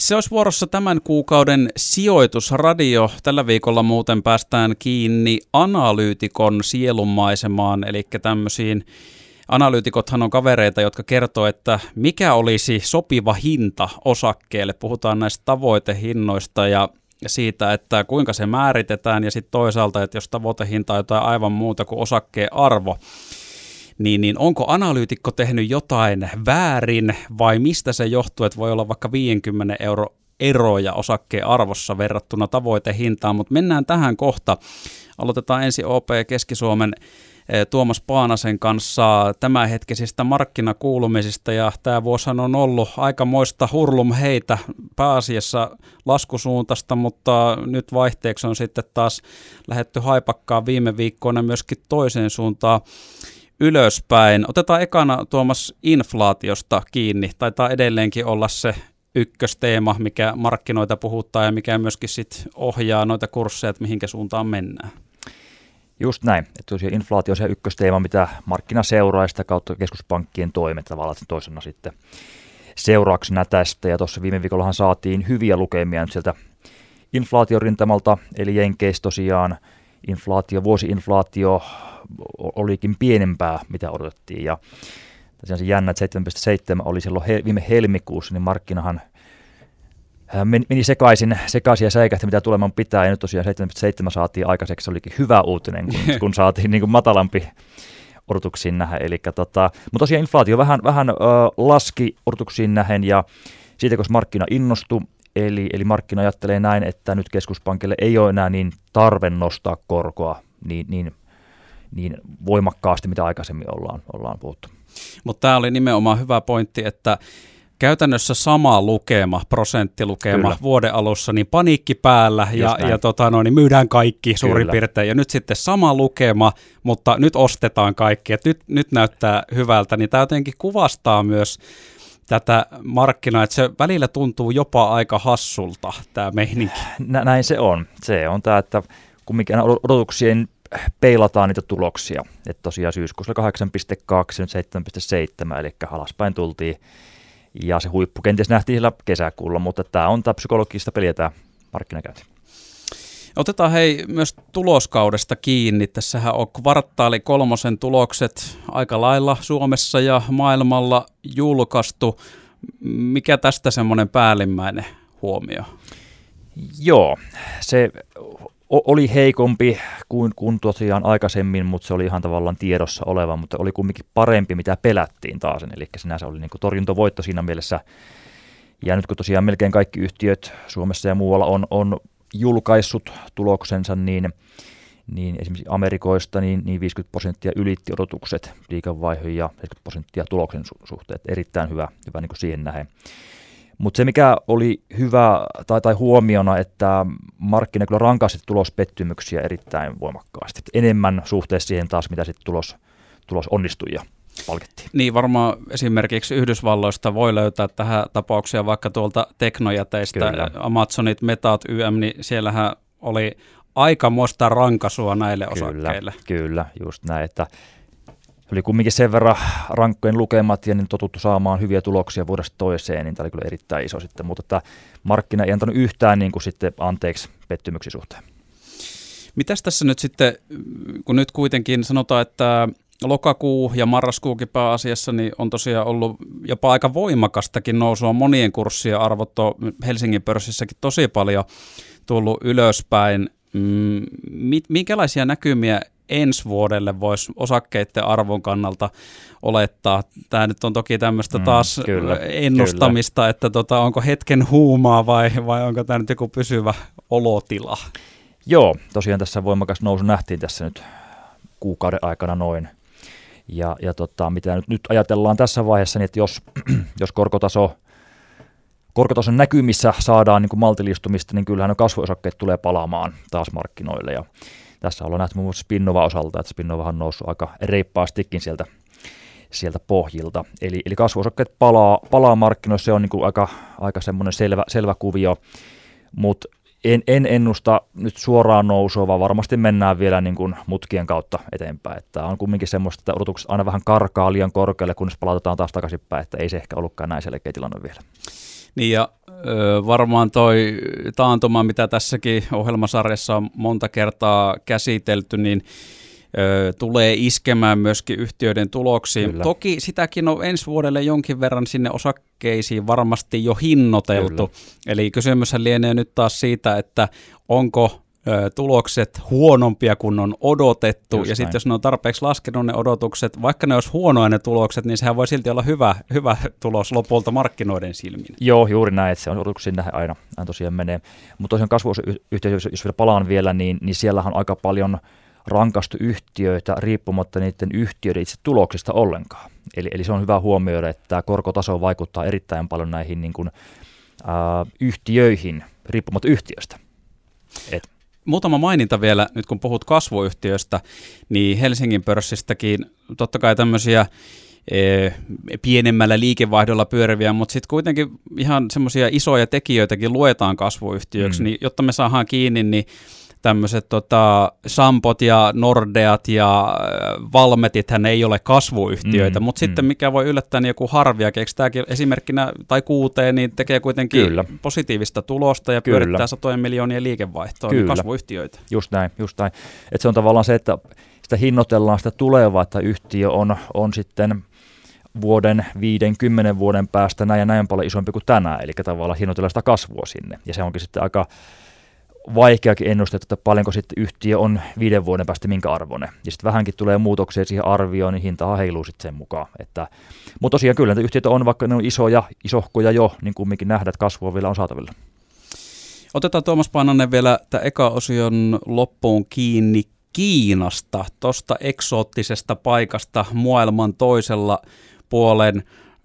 Se olisi vuorossa tämän kuukauden sijoitusradio. Tällä viikolla muuten päästään kiinni analyytikon sielunmaisemaan, eli tämmöisiin analyytikothan on kavereita, jotka kertoo, että mikä olisi sopiva hinta osakkeelle. Puhutaan näistä tavoitehinnoista ja siitä, että kuinka se määritetään ja sitten toisaalta, että jos tavoitehinta on jotain aivan muuta kuin osakkeen arvo, niin onko analyytikko tehnyt jotain väärin vai mistä se johtuu, että voi olla vaikka 50 € eroja osakkeen arvossa verrattuna tavoitehintaan, mutta mennään tähän kohta. Aloitetaan ensin OP Keski-Suomen Tuomas Paanasen kanssa tämänhetkisistä markkinakuulumisista, ja tämä vuosihan on ollut aikamoista hurlumheitä, pääasiassa laskusuuntaista, mutta nyt vaihteeksi on sitten taas lähdetty haipakkaan viime viikkoina myöskin toiseen suuntaan ylöspäin. Otetaan ekana Tuomas inflaatiosta kiinni. Taitaa edelleenkin olla se ykkösteema, mikä markkinoita puhuttaa ja mikä myöskin sit ohjaa noita kursseja, että mihinkä suuntaan mennään. Just näin. Että tosiaan inflaatio on se ykkösteema, mitä markkina seuraa, sitä kautta keskuspankkien toimet tavallaan toisena sitten seurauksena tästä. Ja tuossa viime viikollahan saatiin hyviä lukemia nyt sieltä inflaatiorintamalta, eli Jenkeissä tosiaan vuosi-inflaatio olikin pienempää, mitä odotettiin. Ja tosiaan se jännä, että 7,7 oli silloin viime helmikuussa, niin markkinahan meni sekaisin ja säikähti, mitä tuleman pitää, ja nyt tosiaan 7,7 saatiin aikaiseksi, se olikin hyvä uutinen, kun saatiin niin kuin matalampi odotuksiin nähden. Mutta tosiaan inflaatio vähän laski odotuksiin nähden, ja siitä kun markkina innostui, eli markkina ajattelee näin, että nyt keskuspankille ei ole enää niin tarve nostaa korkoa niin voimakkaasti, mitä aikaisemmin ollaan puhuttu. Mutta tämä oli nimenomaan hyvä pointti, että käytännössä sama lukema, prosenttilukema Kyllä. vuoden alussa, niin paniikki päällä ja niin myydään kaikki suurin piirtein. Ja nyt sitten sama lukema, mutta nyt ostetaan kaikki. Et nyt näyttää hyvältä, niin tämä jotenkin kuvastaa myös tätä markkinaa, että se välillä tuntuu jopa aika hassulta tämä meininki. Näin se on. Se on tämä, että kumminkin odotuksien peilataan niitä tuloksia. Että tosiaan syyskuussa 8,2, nyt 7,7, eli alaspäin tultiin. Ja se huippu kenties nähtiin siellä kesäkuulla, mutta tämä on tämä psykologista peliä, tämä markkinakäynti. Otetaan myös tuloskaudesta kiinni. Tässähän on kvartaali kolmosen tulokset aika lailla Suomessa ja maailmalla julkaistu. Mikä tästä semmoinen päällimmäinen huomio? Joo, se oli heikompi kuin tosiaan aikaisemmin, mutta se oli ihan tavallaan tiedossa oleva, mutta oli kumminkin parempi, mitä pelättiin taas. Eli sinänsä oli niin kuin torjuntavoitto siinä mielessä. Ja nyt kun tosiaan melkein kaikki yhtiöt Suomessa ja muualla on julkaissut tuloksensa, niin esimerkiksi Amerikoista niin 50% ylitti odotukset liikevaihdon ja 70% tuloksen suhteet. Erittäin hyvä niin kuin siihen nähden. Mutta se, mikä oli hyvä tai huomiona, että markkina kyllä rankasi tulospettymyksiä erittäin voimakkaasti. Enemmän suhteessa siihen taas, mitä sitten tulos onnistui ja palkittiin. Niin, varmaan esimerkiksi Yhdysvalloista voi löytää tähän tapauksia vaikka tuolta teknojäteistä, kyllä. Amazonit, Metat, niin siellähän oli aikamoista rankasua näille osakkeille. Kyllä, just näin, että oli kumminkin sen verran rankkojen lukemat ja niin totuttu saamaan hyviä tuloksia vuodesta toiseen, niin tämä oli kyllä erittäin iso sitten, mutta tämä markkina ei antanut yhtään niin kuin sitten anteeksi pettymyksiä suhteen. Mitäs tässä nyt sitten, kun nyt kuitenkin sanotaan, että lokakuu ja marraskuukin pääasiassa niin on tosiaan ollut jopa aika voimakastakin nousua, monien kurssien arvot on Helsingin pörssissäkin tosi paljon tullut ylöspäin. Minkälaisia näkymiä ensi vuodelle voisi osakkeiden arvon kannalta olettaa? Tämä nyt on toki tämmöistä taas ennustamista, kyllä. Että onko hetken huumaa vai onko tämä nyt joku pysyvä olotila? Joo, tosiaan tässä voimakas nousu nähtiin tässä nyt kuukauden aikana noin. Ja mitä nyt ajatellaan tässä vaiheessa, niin että jos korkotason näkymissä saadaan niin kuin maltillistumista, niin kyllähän kasvuosakkeet tulee palaamaan taas markkinoille. Ja tässä ollaan nähty muun muassa Spinnova osalta, että Spinnovahan on noussut aika reippaastikin sieltä pohjilta. Eli kasvuosakkeet palaa markkinoille, se on niin kuin aika semmoinen selvä kuvio, mutta en ennusta nyt suoraan nousua, vaan varmasti mennään vielä niin kuin mutkien kautta eteenpäin. Tämä on kumminkin semmoista, että odotukset aina vähän karkaa liian korkealle, kunnes palautetaan taas takaisinpäin, että ei se ehkä ollutkaan näin selkeä tilanne vielä. Niin ja varmaan toi taantuma, mitä tässäkin ohjelmasarjassa on monta kertaa käsitelty, niin tulee iskemään myöskin yhtiöiden tuloksiin. Kyllä. Toki sitäkin on ensi vuodelle jonkin verran sinne osakkeisiin varmasti jo hinnoiteltu. Kyllä. Eli kysymyshän lienee nyt taas siitä, että onko tulokset huonompia kuin on odotettu, just ja sitten jos ne on tarpeeksi laskenut ne odotukset, vaikka ne olisi huonoja ne tulokset, niin sehän voi silti olla hyvä tulos lopulta markkinoiden silmin. Joo, juuri näin, että se on odotuksiin nähdä aina tosiaan menee. Mutta tosiaan kasvuyhtiö, jos vielä palaan vielä, niin siellähän on aika paljon rankastu yhtiöitä riippumatta niiden yhtiöiden itse tuloksista ollenkaan. Eli se on hyvä huomioida, että tämä korkotaso vaikuttaa erittäin paljon näihin niin kuin, yhtiöihin riippumatta yhtiöstä. Muutama maininta vielä, nyt kun puhut kasvuyhtiöistä, niin Helsingin pörssistäkin totta kai tämmöisiä pienemmällä liikevaihdolla pyöriviä, mutta sitten kuitenkin ihan semmoisia isoja tekijöitäkin luetaan kasvuyhtiöiksi, niin jotta me saadaan kiinni, niin tämmöiset Sampot ja Nordeat ja Valmetithän ei ole kasvuyhtiöitä, mutta sitten mikä voi yllättää, niin joku Harvia, eikö tämäkin esimerkkinä, tai QT, niin tekee kuitenkin positiivista tulosta ja pyörittää satojen miljoonien liikevaihtoa, niin kasvuyhtiöitä. Just näin. Et se on tavallaan se, että sitä hinnoitellaan sitä tulevaa, että yhtiö on sitten vuoden, 5-10 vuoden päästä näin ja näin paljon isompi kuin tänään, eli tavallaan hinnoitellaan sitä kasvua sinne, ja se onkin sitten aika vaikeakin ennustaa, että paljonko sitten yhtiö on 5 vuoden päästä minkä arvoinen. Ja sitten vähänkin tulee muutoksia siihen arvioon, niin hintahan heiluu sitten sen mukaan. Mutta tosiaan kyllä näitä yhtiöitä on, vaikka ne on isohkoja jo, niin kumminkin nähdään, että kasvua vielä on saatavilla. Otetaan Tuomas Paananen vielä tämä eka osion loppuun kiinni Kiinasta, tuosta eksoottisesta paikasta maailman toisella puolen.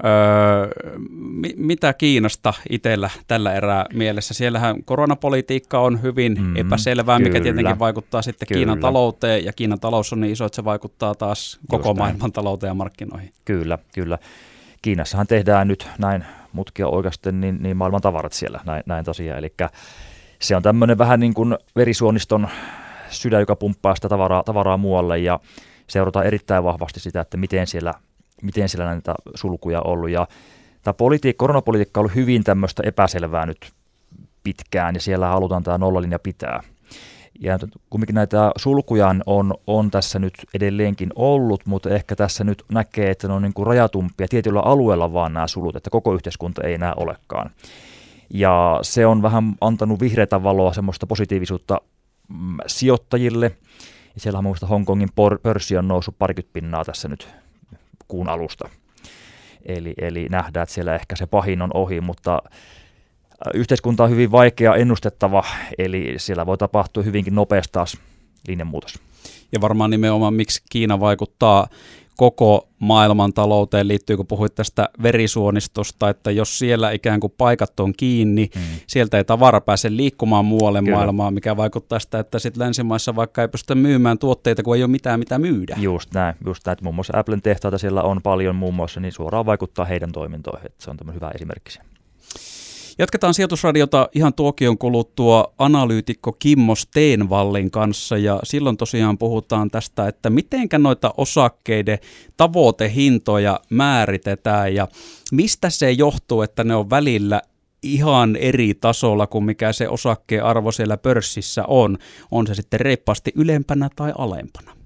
Mitä Kiinasta itsellä tällä erää mielessä? Siellähän koronapolitiikka on hyvin epäselvää, mikä tietenkin vaikuttaa sitten Kiinan talouteen, ja Kiinan talous on niin iso, että se vaikuttaa taas koko maailman talouteen ja markkinoihin. Kyllä. Kiinassahan tehdään nyt näin mutkia oikeasti niin maailman tavarat siellä, näin tosiaan. Eli se on tämmöinen vähän niin kuin verisuoniston sydän, joka pumppaa sitä tavaraa muualle, ja seurataan erittäin vahvasti sitä, että miten siellä näitä sulkuja on ollut. Ja tämä koronapolitiikka on ollut hyvin tämmöistä epäselvää nyt pitkään, ja siellä halutaan tämä nollalinja pitää. Ja kumminkin näitä sulkuja on tässä nyt edelleenkin ollut, mutta ehkä tässä nyt näkee, että ne on niin kuin rajatumpia tietyllä alueella vaan nämä sulut, että koko yhteiskunta ei enää olekaan. Ja se on vähän antanut vihreätä valoa, semmoista positiivisuutta sijoittajille. Ja siellähän muista Hongkongin pörssi on noussut 20% tässä nyt kuun alusta. Eli nähdään, että siellä ehkä se pahin on ohi, mutta yhteiskunta on hyvin vaikea ennustettava, eli siellä voi tapahtua hyvinkin nopeasti taas linjanmuutos. Ja varmaan nimenomaan, miksi Kiina vaikuttaa koko maailman talouteen, liittyy, kun puhuit tästä verisuonistosta, että jos siellä ikään kuin paikat on kiinni, sieltä ei tavara pääse liikkumaan muualle maailmaan, mikä vaikuttaa sitä, että sitten länsimaissa vaikka ei pystytä myymään tuotteita, kun ei ole mitään mitä myydä. Just näin, että muun muassa Applen tehtaita siellä on paljon muun muassa, niin suoraan vaikuttaa heidän toimintoihin, että se on tämmöinen hyvä esimerkki. Jatketaan Sijoitusradiota ihan tuokion kuluttua analyytikko Kimmo Stenvallin kanssa, ja silloin tosiaan puhutaan tästä, että mitenkä noita osakkeiden tavoitehintoja määritetään ja mistä se johtuu, että ne on välillä ihan eri tasolla kuin mikä se osakkeen arvo siellä pörssissä on se sitten reippaasti ylempänä tai alempana.